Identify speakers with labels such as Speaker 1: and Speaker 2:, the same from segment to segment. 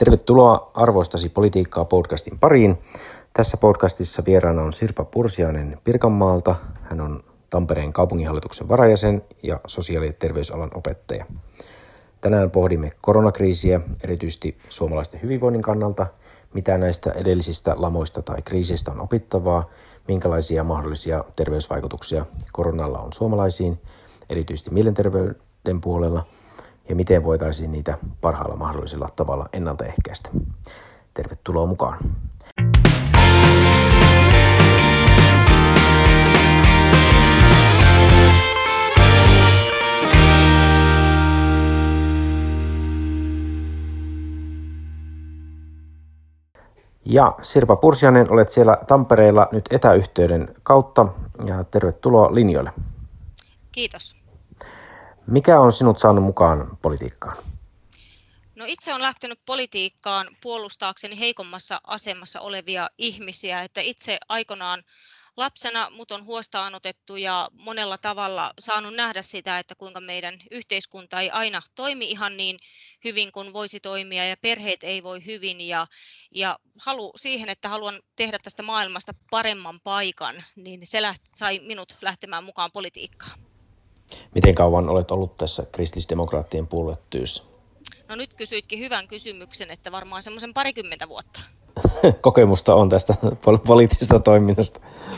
Speaker 1: Tervetuloa Arvostasi politiikkaa podcastin pariin. Tässä podcastissa vieraana on Sirpa Pursiainen Pirkanmaalta. Hän on Tampereen kaupunginhallituksen varajäsen ja sosiaali- ja terveysalan opettaja. Tänään pohdimme koronakriisiä, erityisesti suomalaisten hyvinvoinnin kannalta, mitä näistä edellisistä lamoista tai kriiseistä on opittavaa, minkälaisia mahdollisia terveysvaikutuksia koronalla on suomalaisiin, erityisesti mielenterveyden puolella, ja miten voitaisiin niitä parhaalla mahdollisella tavalla ennaltaehkäistä. Tervetuloa mukaan. Ja Sirpa Pursiainen, olet siellä Tampereella nyt etäyhteyden kautta ja tervetuloa linjoille.
Speaker 2: Kiitos.
Speaker 1: Mikä on sinut saanut mukaan politiikkaan?
Speaker 2: No itse olen lähtenyt politiikkaan puolustaakseni heikommassa asemassa olevia ihmisiä, että itse aikanaan lapsena mut on huostaanotettu ja monella tavalla saanut nähdä sitä, että kuinka meidän yhteiskunta ei aina toimi ihan niin hyvin kuin voisi toimia ja perheet ei voi hyvin ja halu siihen, että haluan tehdä tästä maailmasta paremman paikan, niin se sai minut lähtemään mukaan politiikkaan.
Speaker 1: Miten kauan olet ollut tässä kristillisdemokraattien puoluetyössä?
Speaker 2: No nyt kysyitkin hyvän kysymyksen, että varmaan semmoisen 20 vuotta.
Speaker 1: Kokemusta on tästä poliittisesta toiminnasta.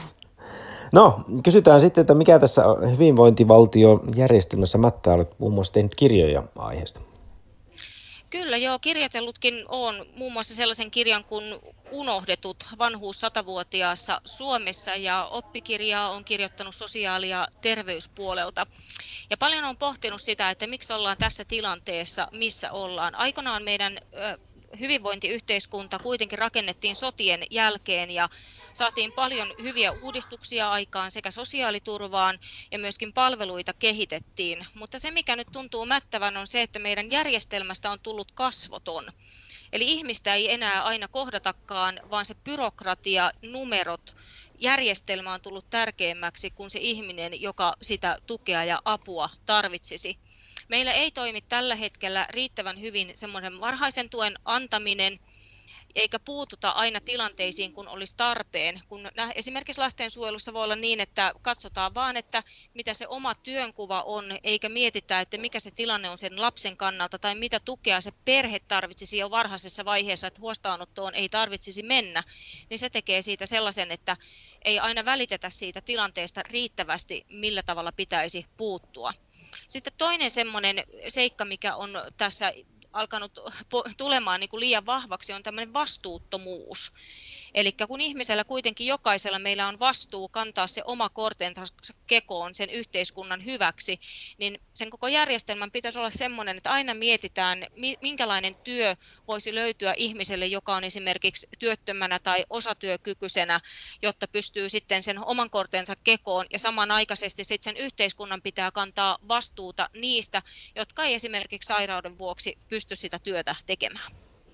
Speaker 1: No, kysytään sitten, että mikä tässä hyvinvointivaltiojärjestelmässä mättää, olet muun muassa tehnyt kirjoja aiheesta.
Speaker 2: Kyllä joo, kirjoitellutkin olen muun muassa sellaisen kirjan kuin Unohdetut vanhuus 100-vuotiaassa Suomessa ja oppikirjaa on kirjoittanut sosiaali- ja terveyspuolelta. Ja paljon on pohtinut sitä, että miksi ollaan tässä tilanteessa, missä ollaan. Aikanaan meidän hyvinvointiyhteiskunta kuitenkin rakennettiin sotien jälkeen ja saatiin paljon hyviä uudistuksia aikaan sekä sosiaaliturvaan ja myöskin palveluita kehitettiin. Mutta se, mikä nyt tuntuu mättävän, on se, että meidän järjestelmästä on tullut kasvoton. Eli ihmistä ei enää aina kohdatakaan, vaan se byrokratia, numerot, järjestelmä on tullut tärkeämmäksi kuin se ihminen, joka sitä tukea ja apua tarvitsisi. Meillä ei toimi tällä hetkellä riittävän hyvin semmoinen varhaisen tuen antaminen, eikä puututa aina tilanteisiin, kun olisi tarpeen. Kun esimerkiksi lastensuojelussa voi olla niin, että katsotaan vaan, että mitä se oma työnkuva on, eikä mietitä, että mikä se tilanne on sen lapsen kannalta tai mitä tukea se perhe tarvitsisi jo varhaisessa vaiheessa, että huostaanottoon ei tarvitsisi mennä, niin se tekee siitä sellaisen, että ei aina välitetä siitä tilanteesta riittävästi, millä tavalla pitäisi puuttua. Sitten toinen semmoinen seikka, mikä on tässä alkanut tulemaan niin kuin liian vahvaksi, on tämmöinen vastuuttomuus. Eli kun ihmisellä kuitenkin jokaisella meillä on vastuu kantaa se oma kortensa kekoon sen yhteiskunnan hyväksi, niin sen koko järjestelmän pitäisi olla semmoinen, että aina mietitään, minkälainen työ voisi löytyä ihmiselle, joka on esimerkiksi työttömänä tai osatyökykyisenä, jotta pystyy sitten sen oman kortensa kekoon ja samanaikaisesti sitten sen yhteiskunnan pitää kantaa vastuuta niistä, jotka ei esimerkiksi sairauden vuoksi pysty sitä työtä tekemään.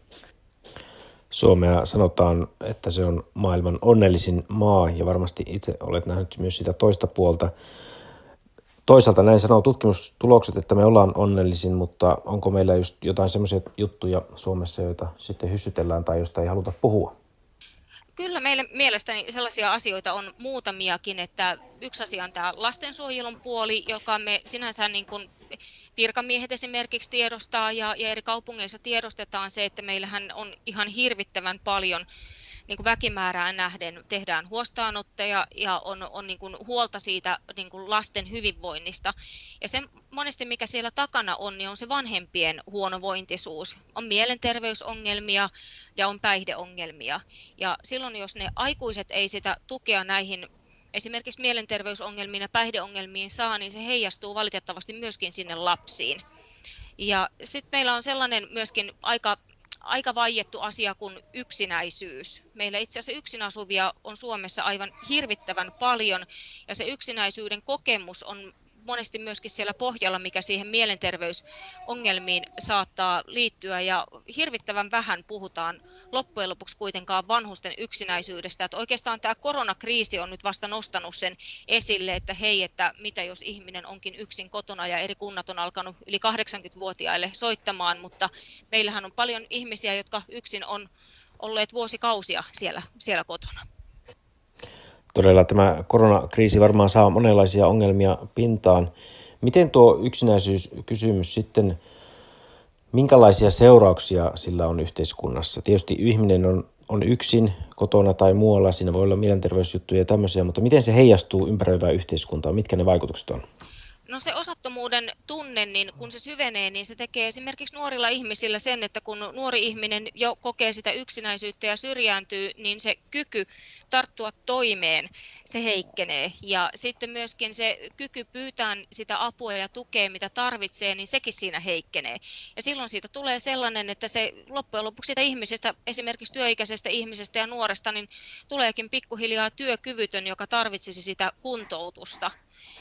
Speaker 1: Suomea sanotaan, että se on maailman onnellisin maa ja varmasti itse olet nähnyt myös sitä toista puolta. Toisaalta näin sanoo tutkimustulokset, että me ollaan onnellisin, mutta onko meillä just jotain semmoisia juttuja Suomessa, joita sitten hyssytellään tai josta ei haluta puhua?
Speaker 2: Kyllä meille mielestäni sellaisia asioita on muutamiakin, että yksi asia on tämä lastensuojelun puoli, joka me sinänsä niin kuin virkamiehet esimerkiksi tiedostaa ja eri kaupungeissa tiedostetaan se, että meillähän on ihan hirvittävän paljon niin kuin väkimäärään nähden tehdään huostaanottoja ja on niin kuin huolta siitä niin kuin lasten hyvinvoinnista. Ja se monesti mikä siellä takana on, niin on se vanhempien huonovointisuus. On mielenterveysongelmia ja on päihdeongelmia. Ja silloin jos ne aikuiset ei sitä tukea näihin esimerkiksi mielenterveysongelmiin ja päihdeongelmiin saa, niin se heijastuu valitettavasti myöskin sinne lapsiin. Ja sitten meillä on sellainen myöskin aika vaiettu asia kuin yksinäisyys. Meillä itse asiassa yksin asuvia on Suomessa aivan hirvittävän paljon ja se yksinäisyyden kokemus on monesti myöskin siellä pohjalla, mikä siihen mielenterveysongelmiin saattaa liittyä. Ja hirvittävän vähän puhutaan loppujen lopuksi kuitenkaan vanhusten yksinäisyydestä. Että oikeastaan tämä koronakriisi on nyt vasta nostanut sen esille, että hei, että mitä jos ihminen onkin yksin kotona ja eri kunnat on alkanut yli 80-vuotiaille soittamaan, mutta meillähän on paljon ihmisiä, jotka yksin on olleet vuosikausia siellä kotona.
Speaker 1: Todella tämä koronakriisi varmaan saa monenlaisia ongelmia pintaan. Miten tuo yksinäisyyskysymys sitten, minkälaisia seurauksia sillä on yhteiskunnassa? Tietysti ihminen on yksin kotona tai muualla, siinä voi olla mielenterveysjuttuja ja tämmöisiä, mutta miten se heijastuu ympäröivään yhteiskuntaan? Mitkä ne vaikutukset on?
Speaker 2: No se osattomuuden tunne, niin kun se syvenee, niin se tekee esimerkiksi nuorilla ihmisillä sen, että kun nuori ihminen jo kokee sitä yksinäisyyttä ja syrjääntyy, niin se kyky tarttua toimeen, se heikkenee. Ja sitten myöskin se kyky pyytää sitä apua ja tukea, mitä tarvitsee, niin sekin siinä heikkenee. Ja silloin siitä tulee sellainen, että se loppujen lopuksi siitä ihmisestä, esimerkiksi työikäisestä ihmisestä ja nuoresta, niin tuleekin pikkuhiljaa työkyvytön, joka tarvitsisi sitä kuntoutusta.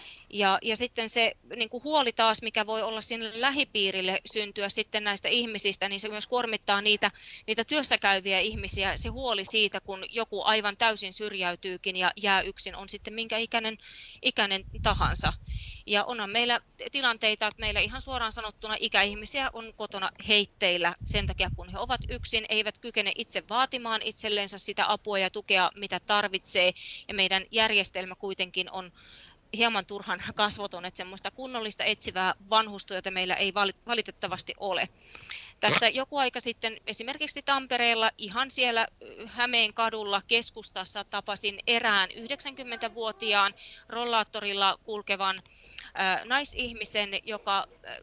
Speaker 2: Ja sitten se niin kuin huoli taas, mikä voi olla sinne lähipiirille syntyä sitten näistä ihmisistä, niin se myös kuormittaa niitä työssäkäyviä ihmisiä. Se huoli siitä, kun joku aivan täysin syrjäytyykin ja jää yksin, on sitten minkä ikäinen tahansa. Ja onhan meillä tilanteita, että meillä ihan suoraan sanottuna ikäihmisiä on kotona heitteillä sen takia, kun he ovat yksin, eivät kykene itse vaatimaan itsellensä sitä apua ja tukea, mitä tarvitsee. Ja meidän järjestelmä kuitenkin on hieman turhan kasvoton, että semmoista kunnollista etsivää vanhustyötä meillä ei valitettavasti ole. Tässä joku aika sitten esimerkiksi Tampereella ihan siellä Hämeen kadulla keskustassa tapasin erään 90-vuotiaan rollaattorilla kulkevan naisihmisen, joka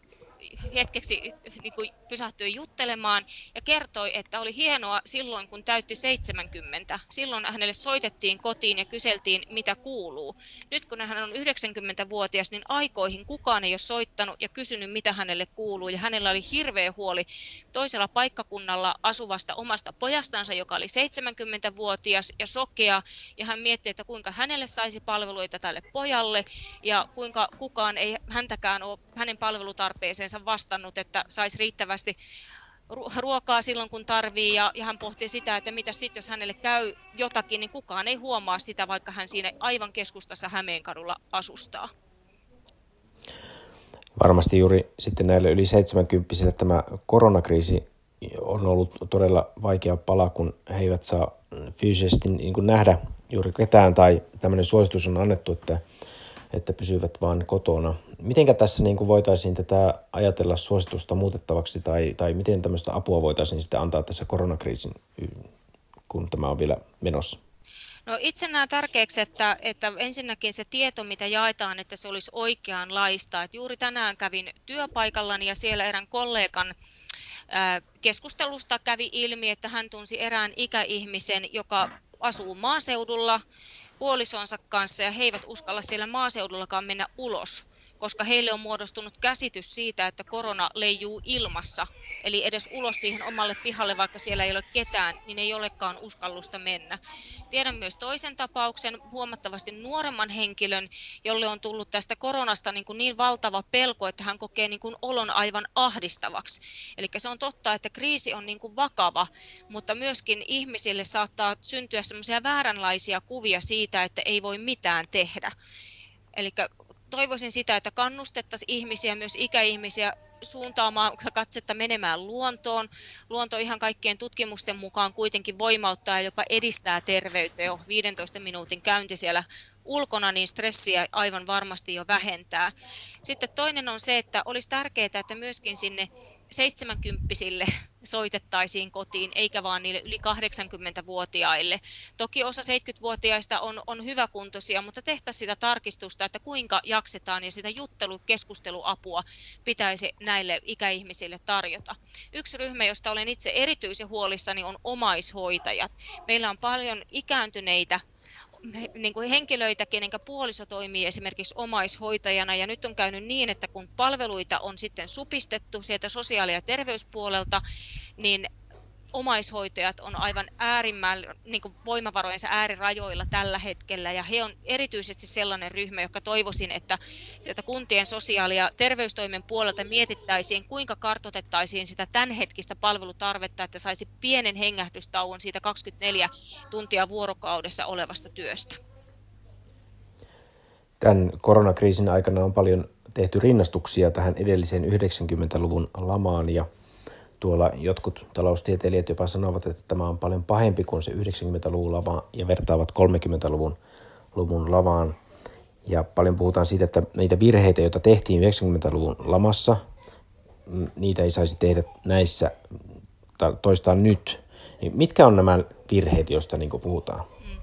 Speaker 2: hetkeksi niin kuin pysähtyi juttelemaan ja kertoi, että oli hienoa silloin, kun täytti 70. Silloin hänelle soitettiin kotiin ja kyseltiin, mitä kuuluu. Nyt kun hän on 90-vuotias, niin aikoihin kukaan ei ole soittanut ja kysynyt, mitä hänelle kuuluu. Ja hänellä oli hirveä huoli toisella paikkakunnalla asuvasta omasta pojastansa, joka oli 70-vuotias ja sokea. Ja hän mietti, että kuinka hänelle saisi palveluita tälle pojalle ja kuinka kukaan ei häntäkään ole hänen palvelutarpeeseensa vastannut, että saisi riittävästi ruokaa silloin, kun tarvii, ja hän pohtii sitä, että mitä sitten, jos hänelle käy jotakin, niin kukaan ei huomaa sitä, vaikka hän siinä aivan keskustassa Hämeenkadulla asustaa.
Speaker 1: Varmasti juuri sitten näille yli 70-vuotiaille tämä koronakriisi on ollut todella vaikea pala, kun he eivät saa fyysisesti niin kuin nähdä juuri ketään, tai tämmöinen suositus on annettu, että pysyvät vaan kotona. Mitenkä tässä niin kuin voitaisiin tätä ajatella suositusta muutettavaksi tai miten tämmöistä apua voitaisiin sitten antaa tässä koronakriisin, kun tämä on vielä menossa?
Speaker 2: No itse näen tärkeäksi, että ensinnäkin se tieto, mitä jaetaan, että se olisi oikeanlaista. Et juuri tänään kävin työpaikallani ja siellä erään kollegan keskustelusta kävi ilmi, että hän tunsi erään ikäihmisen, joka asuu maaseudulla puolisonsa kanssa ja he eivät uskalla siellä maaseudullakaan mennä ulos, koska heille on muodostunut käsitys siitä, että korona leijuu ilmassa. Eli edes ulos siihen omalle pihalle, vaikka siellä ei ole ketään, niin ei olekaan uskallusta mennä. Tiedän myös toisen tapauksen, huomattavasti nuoremman henkilön, jolle on tullut tästä koronasta niin valtava pelko, että hän kokee niin kuin olon aivan ahdistavaksi. Eli se on totta, että kriisi on niin kuin vakava, mutta myöskin ihmisille saattaa syntyä semmoisia vääränlaisia kuvia siitä, että ei voi mitään tehdä. Eli toivoisin sitä, että kannustettaisiin ihmisiä, myös ikäihmisiä, suuntaamaan katsetta menemään luontoon. Luonto ihan kaikkien tutkimusten mukaan kuitenkin voimauttaa ja jopa edistää terveyttä. Jo 15 minuutin käynti siellä ulkona, niin stressiä aivan varmasti jo vähentää. Sitten toinen on se, että olisi tärkeää, että myöskin sinne 70-vuotiaille soitettaisiin kotiin, eikä vaan niille yli 80-vuotiaille. Toki osa 70-vuotiaista on hyväkuntoisia, mutta tehtäisiin sitä tarkistusta, että kuinka jaksetaan ja sitä keskusteluapua pitäisi näille ikäihmisille tarjota. Yksi ryhmä, josta olen itse erityisen huolissani, on omaishoitajat. Meillä on paljon ikääntyneitä niin kuin henkilöitä, kenen puoliso toimii esimerkiksi omaishoitajana, ja nyt on käynyt niin, että kun palveluita on sitten supistettu sieltä sosiaali- ja terveyspuolelta, niin omaishoitajat on aivan niin kuin voimavarojensa äärirajoilla tällä hetkellä, ja he on erityisesti sellainen ryhmä, joka toivoisin, että sieltä kuntien sosiaali- ja terveystoimen puolelta mietittäisiin, kuinka kartoitettaisiin sitä tämänhetkistä palvelutarvetta, että saisi pienen hengähdystauon siitä 24 tuntia vuorokaudessa olevasta työstä.
Speaker 1: Tämän koronakriisin aikana on paljon tehty rinnastuksia tähän edelliseen 90-luvun lamaan, ja tuolla jotkut taloustieteilijät jopa sanovat, että tämä on paljon pahempi kuin se 90-luvun lama, ja vertaavat 30-luvun lamaan. Ja paljon puhutaan siitä, että niitä virheitä, joita tehtiin 90-luvun lamassa, niitä ei saisi tehdä näissä toistaan nyt. Niin mitkä on nämä virheet, joista niin kuin puhutaan?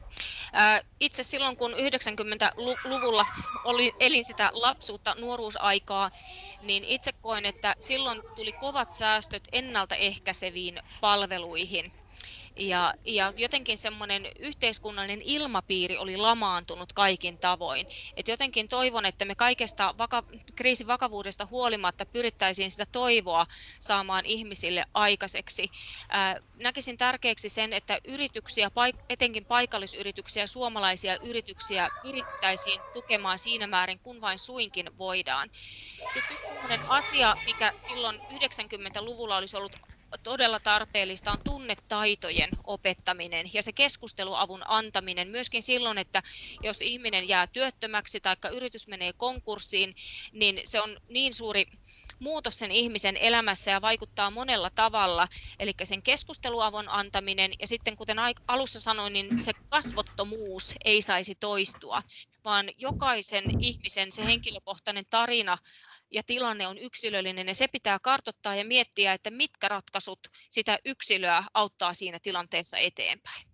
Speaker 2: Itse silloin, kun 90-luvulla elin sitä lapsuutta, nuoruusaikaa, niin itse koen, että silloin tuli kovat säästöt ennaltaehkäiseviin palveluihin. Ja jotenkin semmoinen yhteiskunnallinen ilmapiiri oli lamaantunut kaikin tavoin. Et jotenkin toivon, että me kaikesta kriisin vakavuudesta huolimatta pyrittäisiin sitä toivoa saamaan ihmisille aikaiseksi. Näkisin tärkeäksi sen, että yrityksiä, etenkin paikallisyrityksiä ja suomalaisia yrityksiä pyrittäisiin tukemaan siinä määrin, kun vain suinkin voidaan. Sitten yksi asia, mikä silloin 90-luvulla olisi ollut todella tarpeellista, on tunnetaitojen opettaminen ja se keskusteluavun antaminen myöskin silloin, että jos ihminen jää työttömäksi tai yritys menee konkurssiin, niin se on niin suuri muutos sen ihmisen elämässä ja vaikuttaa monella tavalla. Eli sen keskusteluavun antaminen ja sitten kuten alussa sanoin, niin se kasvottomuus ei saisi toistua, vaan jokaisen ihmisen se henkilökohtainen tarina ja tilanne on yksilöllinen ja se pitää kartoittaa ja miettiä, että mitkä ratkaisut sitä yksilöä auttaa siinä tilanteessa eteenpäin.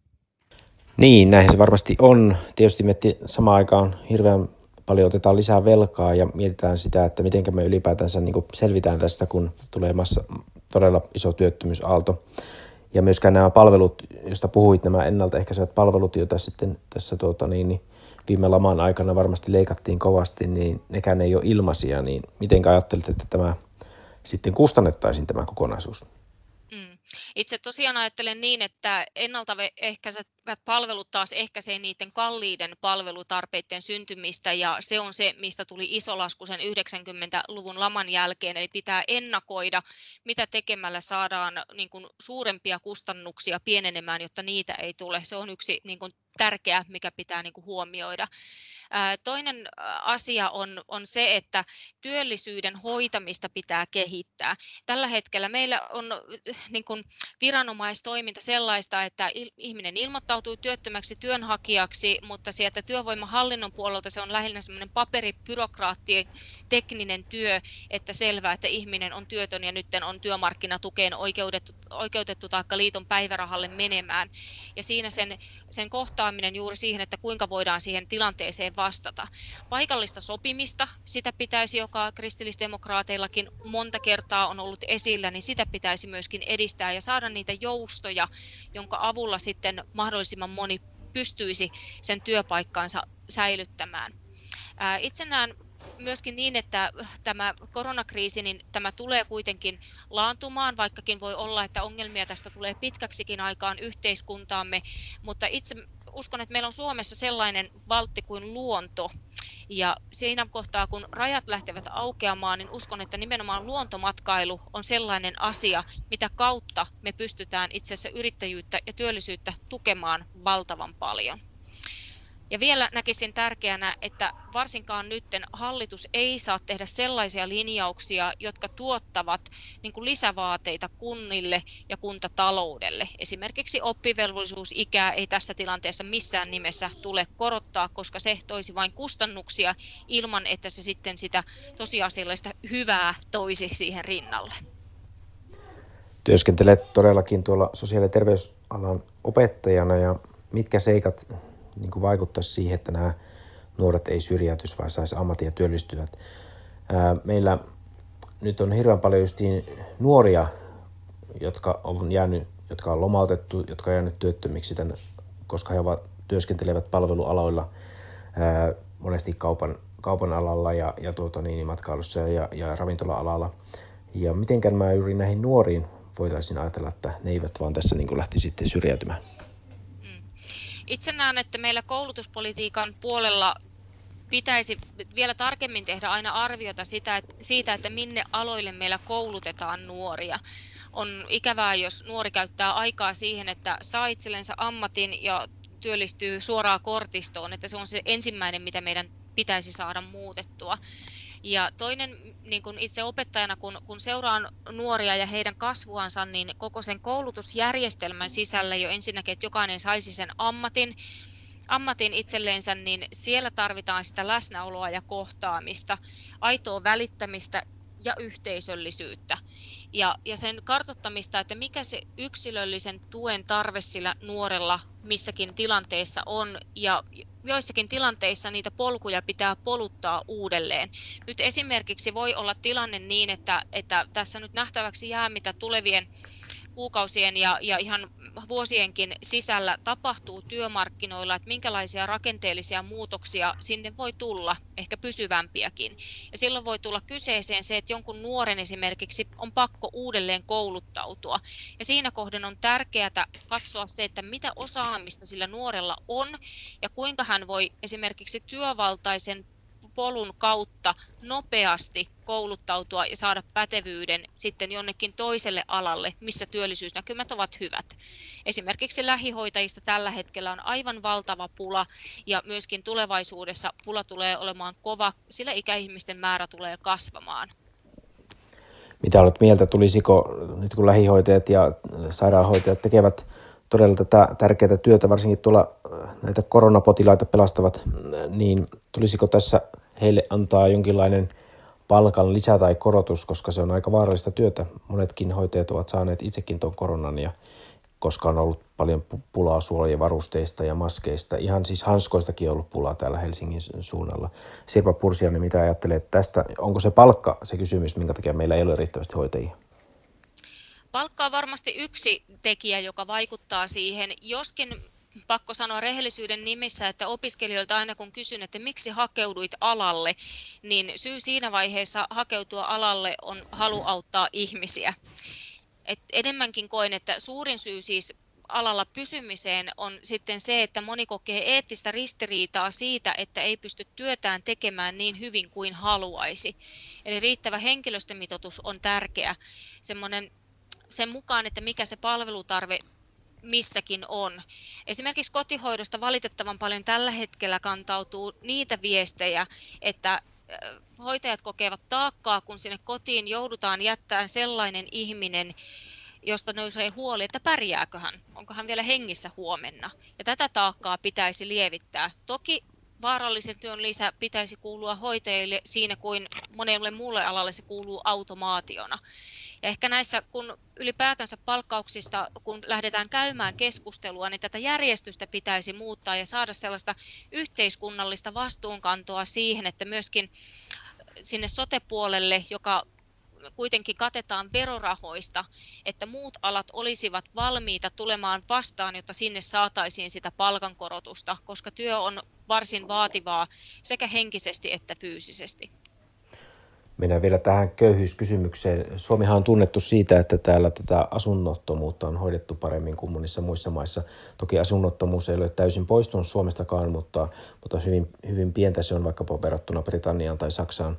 Speaker 1: Niin, näinhän se varmasti on. Tietysti me samaan aikaan hirveän paljon otetaan lisää velkaa ja mietitään sitä, että miten me ylipäätänsä niin kuin selvitään tästä, kun tulee todella iso työttömyysaalto. Ja myöskään nämä palvelut, joista puhuit, nämä ennaltaehkäisevät palvelut, joita sitten tässä viime laman aikana varmasti leikattiin kovasti, niin nekään ei ole ilmaisia, niin miten ajattelet, että tämä sitten kustannettaisiin tämä kokonaisuus?
Speaker 2: Itse tosiaan ajattelen niin, että ennaltaehkäisevät palvelut taas ehkäisee niiden kalliiden palvelutarpeiden syntymistä ja se on se, mistä tuli iso lasku sen 90-luvun laman jälkeen, eli pitää ennakoida, mitä tekemällä saadaan niin kuin suurempia kustannuksia pienenemään, jotta niitä ei tule. Se on yksi niin kuin tärkeä, mikä pitää niin kuin huomioida. Toinen asia on se, että työllisyyden hoitamista pitää kehittää. Tällä hetkellä meillä on niin kuin viranomaistoiminta sellaista, että ihminen ilmoittautuu työttömäksi työnhakijaksi, mutta sieltä työvoimahallinnon puolelta se on lähinnä semmoinen paperibyrokraatti, tekninen työ, että selvää, että ihminen on työtön ja nyt on työmarkkinatukeen oikeutettu taikka liiton päivärahalle menemään. Ja siinä sen kohtaaminen juuri siihen, että kuinka voidaan siihen tilanteeseen vastata. Paikallista sopimista, sitä pitäisi, joka kristillisdemokraateillakin monta kertaa on ollut esillä, niin sitä pitäisi myöskin edistää ja saada niitä joustoja, jonka avulla sitten mahdollisimman moni pystyisi sen työpaikkansa säilyttämään. Itse näen myöskin niin, että tämä koronakriisi, niin tämä tulee kuitenkin laantumaan, vaikkakin voi olla, että ongelmia tästä tulee pitkäksikin aikaan yhteiskuntaamme, mutta itse uskon, että meillä on Suomessa sellainen valtti kuin luonto, ja siinä kohtaa, kun rajat lähtevät aukeamaan, niin uskon, että nimenomaan luontomatkailu on sellainen asia, mitä kautta me pystytään itse asiassa yrittäjyyttä ja työllisyyttä tukemaan valtavan paljon. Ja vielä näkisin tärkeänä, että varsinkaan nytten hallitus ei saa tehdä sellaisia linjauksia, jotka tuottavat niin kuin lisävaateita kunnille ja kuntataloudelle. Esimerkiksi oppivelvollisuusikää ei tässä tilanteessa missään nimessä tule korottaa, koska se toisi vain kustannuksia ilman, että se sitten sitä tosiasiallista hyvää toisi siihen rinnalle.
Speaker 1: Työskentelet todellakin tuolla sosiaali- ja terveysalan opettajana ja mitkä seikat niin kuin vaikuttaisi siihen, että nämä nuoret ei syrjäytyisi vai saisi ammatin ja työllistyvät. Meillä nyt on hirveän paljon justiin nuoria, jotka on lomautettu, jotka on jäänyt työttömiksi, koska he työskentelevät palvelualoilla, monesti kaupan alalla ja matkailussa ja ravintola-alalla. Ja mitenkään juuri näihin nuoriin voitaisiin ajatella, että ne eivät vaan tässä niin kuin lähti sitten syrjäytymään?
Speaker 2: Itse näen, että meillä koulutuspolitiikan puolella pitäisi vielä tarkemmin tehdä aina arviota siitä, että minne aloille meillä koulutetaan nuoria. On ikävää, jos nuori käyttää aikaa siihen, että saa itsellensä ammatin ja työllistyy suoraan kortistoon, että se on se ensimmäinen, mitä meidän pitäisi saada muutettua. Ja toinen, niin kun itse opettajana, kun seuraan nuoria ja heidän kasvuansa, niin koko sen koulutusjärjestelmän sisällä jo ensinnäkin, että jokainen saisi sen ammatin itselleensä, niin siellä tarvitaan sitä läsnäoloa ja kohtaamista, aitoa välittämistä ja yhteisöllisyyttä. Ja sen kartoittamista, että mikä se yksilöllisen tuen tarve sillä nuorella missäkin tilanteessa on, ja joissakin tilanteissa niitä polkuja pitää poluttaa uudelleen. Nyt esimerkiksi voi olla tilanne niin, että tässä nyt nähtäväksi jää, mitä tulevien kuukausien ja ihan vuosienkin sisällä tapahtuu työmarkkinoilla, että minkälaisia rakenteellisia muutoksia sinne voi tulla, ehkä pysyvämpiäkin. Ja silloin voi tulla kyseeseen se, että jonkun nuoren esimerkiksi on pakko uudelleen kouluttautua. Ja siinä kohden on tärkeää katsoa se, että mitä osaamista sillä nuorella on ja kuinka hän voi esimerkiksi työvaltaisen polun kautta nopeasti kouluttautua ja saada pätevyyden sitten jonnekin toiselle alalle, missä työllisyysnäkymät ovat hyvät. Esimerkiksi lähihoitajista tällä hetkellä on aivan valtava pula ja myöskin tulevaisuudessa pula tulee olemaan kova, sillä ikäihmisten määrä tulee kasvamaan.
Speaker 1: Mitä olet mieltä, tulisiko nyt kun lähihoitajat ja sairaanhoitajat tekevät todella tätä tärkeää työtä, varsinkin tuolla näitä koronapotilaita pelastavat, niin tulisiko tässä heille antaa jonkinlainen palkan lisä tai korotus, koska se on aika vaarallista työtä. Monetkin hoitajat ovat saaneet itsekin tuon koronan, ja koska on ollut paljon pulaa suojien varusteista ja maskeista, ihan siis hanskoistakin on ollut pulaa täällä Helsingin suunnalla. Sirpa Pursiainen, mitä ajattelet tästä? Onko se palkka se kysymys, minkä takia meillä ei ole riittävästi hoitajia?
Speaker 2: Palkka on varmasti yksi tekijä, joka vaikuttaa siihen, joskin pakko sanoa rehellisyyden nimissä, että opiskelijoilta aina kun kysyn, että miksi hakeuduit alalle, niin syy siinä vaiheessa hakeutua alalle on halu auttaa ihmisiä. Enemmänkin koen, että suurin syy siis alalla pysymiseen on sitten se, että moni kokee eettistä ristiriitaa siitä, että ei pysty työtään tekemään niin hyvin kuin haluaisi. Eli riittävä henkilöstömitoitus on tärkeä sen mukaan, että mikä se palvelutarve missäkin on. Esimerkiksi kotihoidosta valitettavan paljon tällä hetkellä kantautuu niitä viestejä, että hoitajat kokevat taakkaa, kun sinne kotiin joudutaan jättämään sellainen ihminen, josta nousee huoli, että pärjääkö hän, onko hän vielä hengissä huomenna. Ja tätä taakkaa pitäisi lievittää. Toki vaarallisen työn lisä pitäisi kuulua hoitajille siinä kuin monelle muulle alalle se kuuluu automaationa. Ja ehkä näissä, kun ylipäätänsä palkkauksista, kun lähdetään käymään keskustelua, niin tätä järjestystä pitäisi muuttaa ja saada sellaista yhteiskunnallista vastuunkantoa siihen, että myöskin sinne sote-puolelle, joka kuitenkin katetaan verorahoista, että muut alat olisivat valmiita tulemaan vastaan, jotta sinne saataisiin sitä palkankorotusta, koska työ on varsin vaativaa sekä henkisesti että fyysisesti.
Speaker 1: Mennään vielä tähän köyhyyskysymykseen. Suomihan on tunnettu siitä, että täällä tätä asunnottomuutta on hoidettu paremmin kuin monissa muissa maissa. Toki asunnottomuus ei ole täysin poistunut Suomestakaan, mutta hyvin, hyvin pientä se on vaikkapa verrattuna Britanniaan tai Saksaan.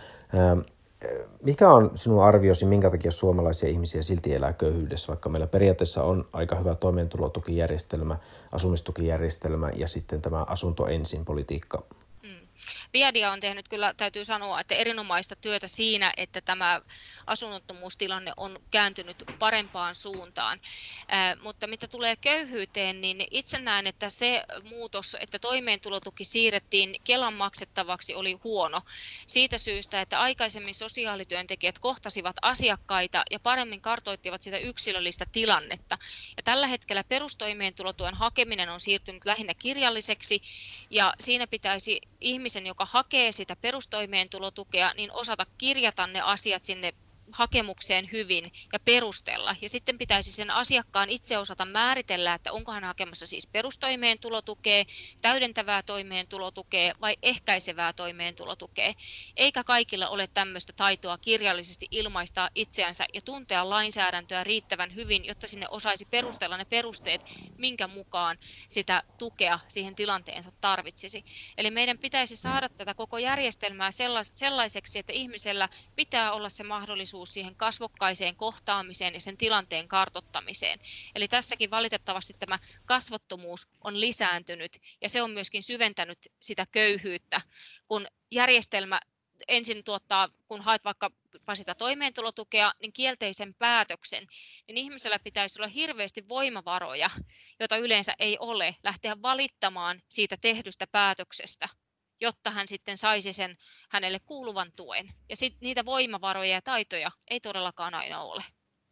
Speaker 1: Mikä on sinun arviosi, minkä takia suomalaisia ihmisiä silti elää köyhyydessä, vaikka meillä periaatteessa on aika hyvä toimeentulotukijärjestelmä, asumistukijärjestelmä ja sitten tämä asunto ensin politiikka?
Speaker 2: Viadia on tehnyt kyllä, täytyy sanoa, että erinomaista työtä siinä, että tämä asunnottomuustilanne on kääntynyt parempaan suuntaan. Mutta mitä tulee köyhyyteen, niin itse näen, että se muutos, että toimeentulotuki siirrettiin Kelan maksettavaksi, oli huono. Siitä syystä, että aikaisemmin sosiaalityöntekijät kohtasivat asiakkaita ja paremmin kartoittivat sitä yksilöllistä tilannetta. Ja tällä hetkellä perustoimeentulotuen hakeminen on siirtynyt lähinnä kirjalliseksi, ja siinä pitäisi ihmisen, joka hakee sitä perustoimeentulotukea, niin osata kirjata ne asiat sinne hakemukseen hyvin ja perustella. Ja sitten pitäisi sen asiakkaan itse osata määritellä, että onko hän hakemassa siis perustoimeentulotukea, täydentävää toimeentulotukea vai ehkäisevää toimeentulotukea. Eikä kaikilla ole tämmöistä taitoa kirjallisesti ilmaistaa itseänsä ja tuntea lainsäädäntöä riittävän hyvin, jotta sinne osaisi perustella ne perusteet, minkä mukaan sitä tukea siihen tilanteensa tarvitsisi. Eli meidän pitäisi saada tätä koko järjestelmää sellaiseksi, että ihmisellä pitää olla se mahdollisuus siihen kasvokkaiseen kohtaamiseen ja sen tilanteen kartoittamiseen. Eli tässäkin valitettavasti tämä kasvottomuus on lisääntynyt ja se on myöskin syventänyt sitä köyhyyttä, kun järjestelmä ensin tuottaa, kun haet vaikka sitä toimeentulotukea, niin kielteisen päätöksen, niin ihmisellä pitäisi olla hirveästi voimavaroja, joita yleensä ei ole, lähteä valittamaan siitä tehdystä päätöksestä, jotta hän sitten saisi sen hänelle kuuluvan tuen. Ja sitten niitä voimavaroja ja taitoja ei todellakaan aina ole.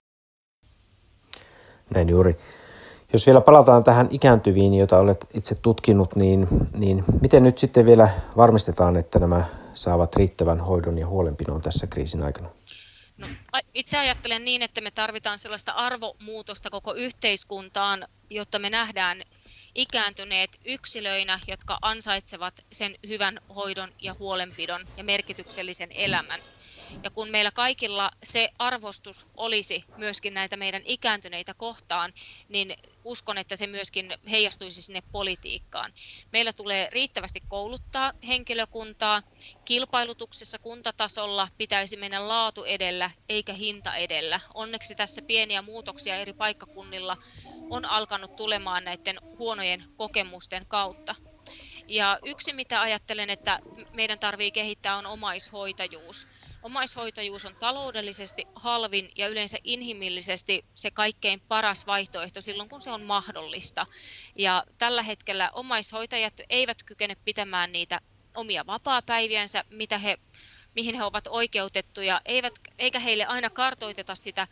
Speaker 1: Näin juuri. Jos vielä palataan tähän ikääntyviin, joita olet itse tutkinut, niin miten nyt sitten vielä varmistetaan, että nämä saavat riittävän hoidon ja huolenpidon tässä kriisin aikana?
Speaker 2: No, itse ajattelen niin, että me tarvitaan sellaista arvomuutosta koko yhteiskuntaan, jotta me nähdään ikääntyneet yksilöinä, jotka ansaitsevat sen hyvän hoidon ja huolenpidon ja merkityksellisen elämän. Ja kun meillä kaikilla se arvostus olisi myöskin näitä meidän ikääntyneitä kohtaan, niin uskon, että se myöskin heijastuisi sinne politiikkaan. Meillä tulee riittävästi kouluttaa henkilökuntaa. Kilpailutuksessa kuntatasolla pitäisi mennä laatu edellä eikä hinta edellä. Onneksi tässä pieniä muutoksia eri paikkakunnilla on alkanut tulemaan näiden huonojen kokemusten kautta. Ja yksi, mitä ajattelen, että meidän tarvitsee kehittää, on omaishoitajuus. Omaishoitajuus on taloudellisesti halvin ja yleensä inhimillisesti se kaikkein paras vaihtoehto silloin, kun se on mahdollista. Ja tällä hetkellä omaishoitajat eivät kykene pitämään niitä omia vapaapäiviänsä, mihin he ovat oikeutettuja, eikä heille aina kartoiteta sitä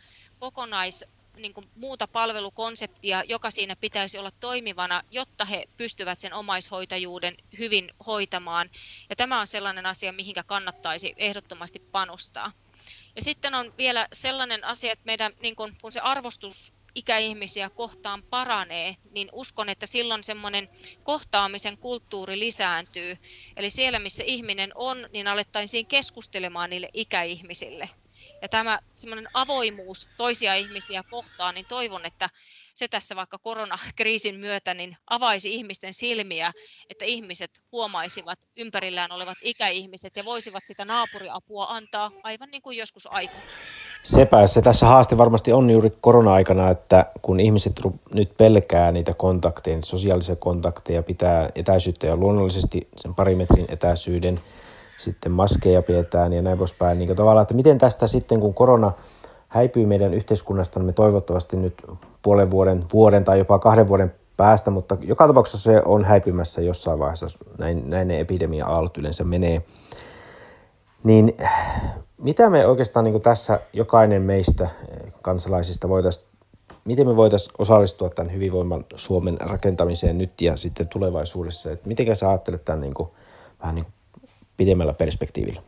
Speaker 2: muuta palvelukonseptia, joka siinä pitäisi olla toimivana, jotta he pystyvät sen omaishoitajuuden hyvin hoitamaan. Ja tämä on sellainen asia, mihinkä kannattaisi ehdottomasti panostaa. Ja sitten on vielä sellainen asia, että meidän, kun se arvostus ikäihmisiä kohtaan paranee, niin uskon, että silloin semmoinen kohtaamisen kulttuuri lisääntyy. Eli siellä, missä ihminen on, niin alettaisiin keskustelemaan niille ikäihmisille. Ja tämä semmoinen avoimuus toisia ihmisiä kohtaan, niin toivon, että se tässä vaikka koronakriisin myötä niin avaisi ihmisten silmiä, että ihmiset huomaisivat ympärillään olevat ikäihmiset ja voisivat sitä naapuriapua antaa aivan niin kuin joskus aikoinaan.
Speaker 1: Se tässä haaste varmasti on juuri korona-aikana, että kun ihmiset nyt pelkää niitä kontakteja, niitä sosiaalisia kontakteja, pitää etäisyyttä ja luonnollisesti sen 2 metrin etäisyyden, sitten maskeja pidetään ja näin poispäin. Niin tavallaan, että miten tästä sitten, kun korona häipyy meidän yhteiskunnastamme toivottavasti nyt puolen vuoden tai jopa 2 vuoden päästä, mutta joka tapauksessa se on häipymässä jossain vaiheessa, näin ne epidemia-aallot yleensä menee. Niin mitä me oikeastaan niin tässä jokainen meistä kansalaisista miten me voitaisiin osallistua tämän hyvinvoivan Suomen rakentamiseen nyt ja sitten tulevaisuudessa? Että miten sä ajattelet tämän vähän niin kuin pidemmällä perspektiivillä?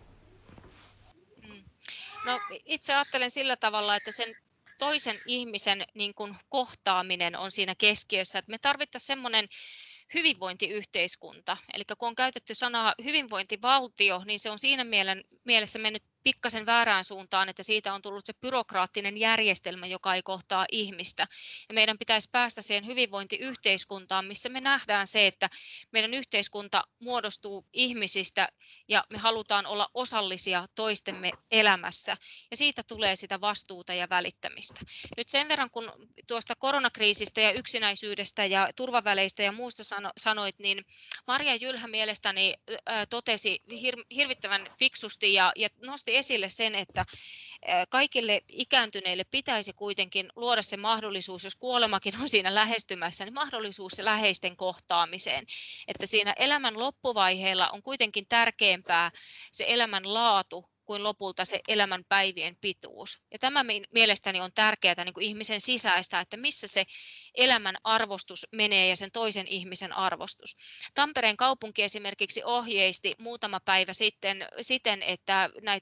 Speaker 2: No, itse ajattelen sillä tavalla, että sen toisen ihmisen kohtaaminen on siinä keskiössä, että me tarvittaisiin semmoinen hyvinvointiyhteiskunta. Eli kun on käytetty sanaa hyvinvointivaltio, niin se on siinä mielessä mennyt pikkasen väärään suuntaan, että siitä on tullut se byrokraattinen järjestelmä, joka ei kohtaa ihmistä. Ja meidän pitäisi päästä siihen hyvinvointiyhteiskuntaan, missä me nähdään se, että meidän yhteiskunta muodostuu ihmisistä ja me halutaan olla osallisia toistemme elämässä. Ja siitä tulee sitä vastuuta ja välittämistä. Nyt sen verran, kun tuosta koronakriisistä ja yksinäisyydestä ja turvaväleistä ja muusta sanoit, niin Marja Jylhä mielestäni totesi hirvittävän fiksusti ja nosti esille sen, että kaikille ikääntyneille pitäisi kuitenkin luoda se mahdollisuus, jos kuolemakin on siinä lähestymässä, niin mahdollisuus se läheisten kohtaamiseen. Että siinä elämän loppuvaiheella on kuitenkin tärkeämpää se elämän laatu kuin lopulta se elämän päivien pituus. Ja tämä mielestäni on tärkeää niin kuin ihmisen sisäistä, että missä se elämän arvostus menee ja sen toisen ihmisen arvostus. Tampereen kaupunki esimerkiksi ohjeisti muutama päivä sitten siten, että näitä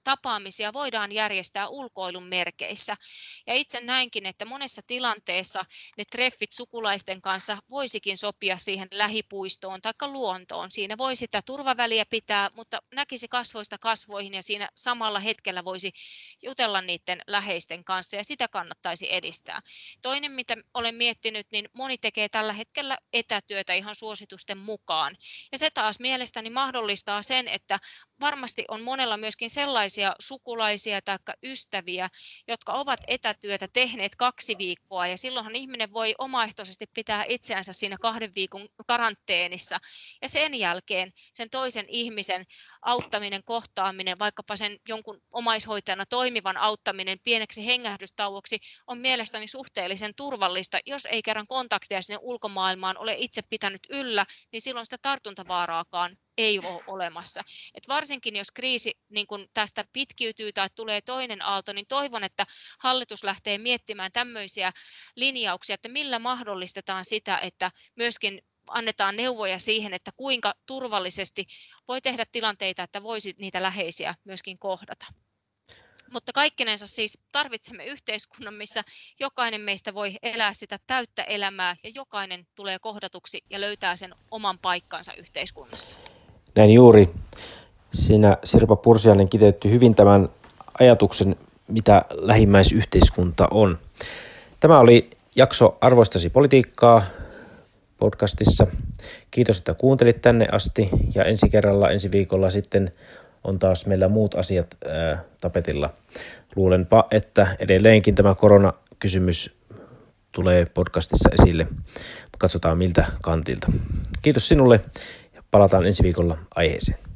Speaker 2: tapaamisia voidaan järjestää ulkoilun merkeissä. Ja itse näinkin, että monessa tilanteessa ne treffit sukulaisten kanssa voisikin sopia siihen lähipuistoon tai luontoon. Siinä voi sitä turvaväliä pitää, mutta näkisi kasvoista kasvoihin ja siinä samalla hetkellä voisi jutella niiden läheisten kanssa ja sitä kannattaisi edistää. Toinen, mitä olen miettinyt, niin moni tekee tällä hetkellä etätyötä ihan suositusten mukaan. Ja se taas mielestäni mahdollistaa sen, että varmasti on monella myöskin sellaisia sukulaisia tai ystäviä, jotka ovat etätyötä tehneet 2 viikkoa ja silloinhan ihminen voi omaehtoisesti pitää itseänsä siinä 2 viikon karanteenissa ja sen jälkeen sen toisen ihmisen auttaminen, kohtaaminen, vaikkapa sen jonkun omaishoitajana toimivan auttaminen pieneksi hengähdystauoksi on mielestäni suhteellisen turvallista, jos ei kerran kontakteja sinne ulkomaailmaan ole itse pitänyt yllä, niin silloin sitä tartuntavaaraakaan ei ole olemassa. Et varsinkin jos kriisi niin kun tästä pitkiytyy tai tulee toinen aalto, niin toivon, että hallitus lähtee miettimään tämmöisiä linjauksia, että millä mahdollistetaan sitä, että myöskin annetaan neuvoja siihen, että kuinka turvallisesti voi tehdä tilanteita, että voisi niitä läheisiä myöskin kohdata. Mutta kaikkinensa siis tarvitsemme yhteiskunnan, missä jokainen meistä voi elää sitä täyttä elämää ja jokainen tulee kohdatuksi ja löytää sen oman paikkansa yhteiskunnassa.
Speaker 1: Näin juuri. Siinä Sirpa Pursiainen kiteytti hyvin tämän ajatuksen, mitä lähimmäisyhteiskunta on. Tämä oli jakso Arvostasi politiikkaa podcastissa. Kiitos, että kuuntelit tänne asti ja ensi viikolla sitten on taas meillä muut asiat tapetilla. Luulenpa, että edelleenkin tämä koronakysymys tulee podcastissa esille. Katsotaan miltä kantilta. Kiitos sinulle ja palataan ensi viikolla aiheeseen.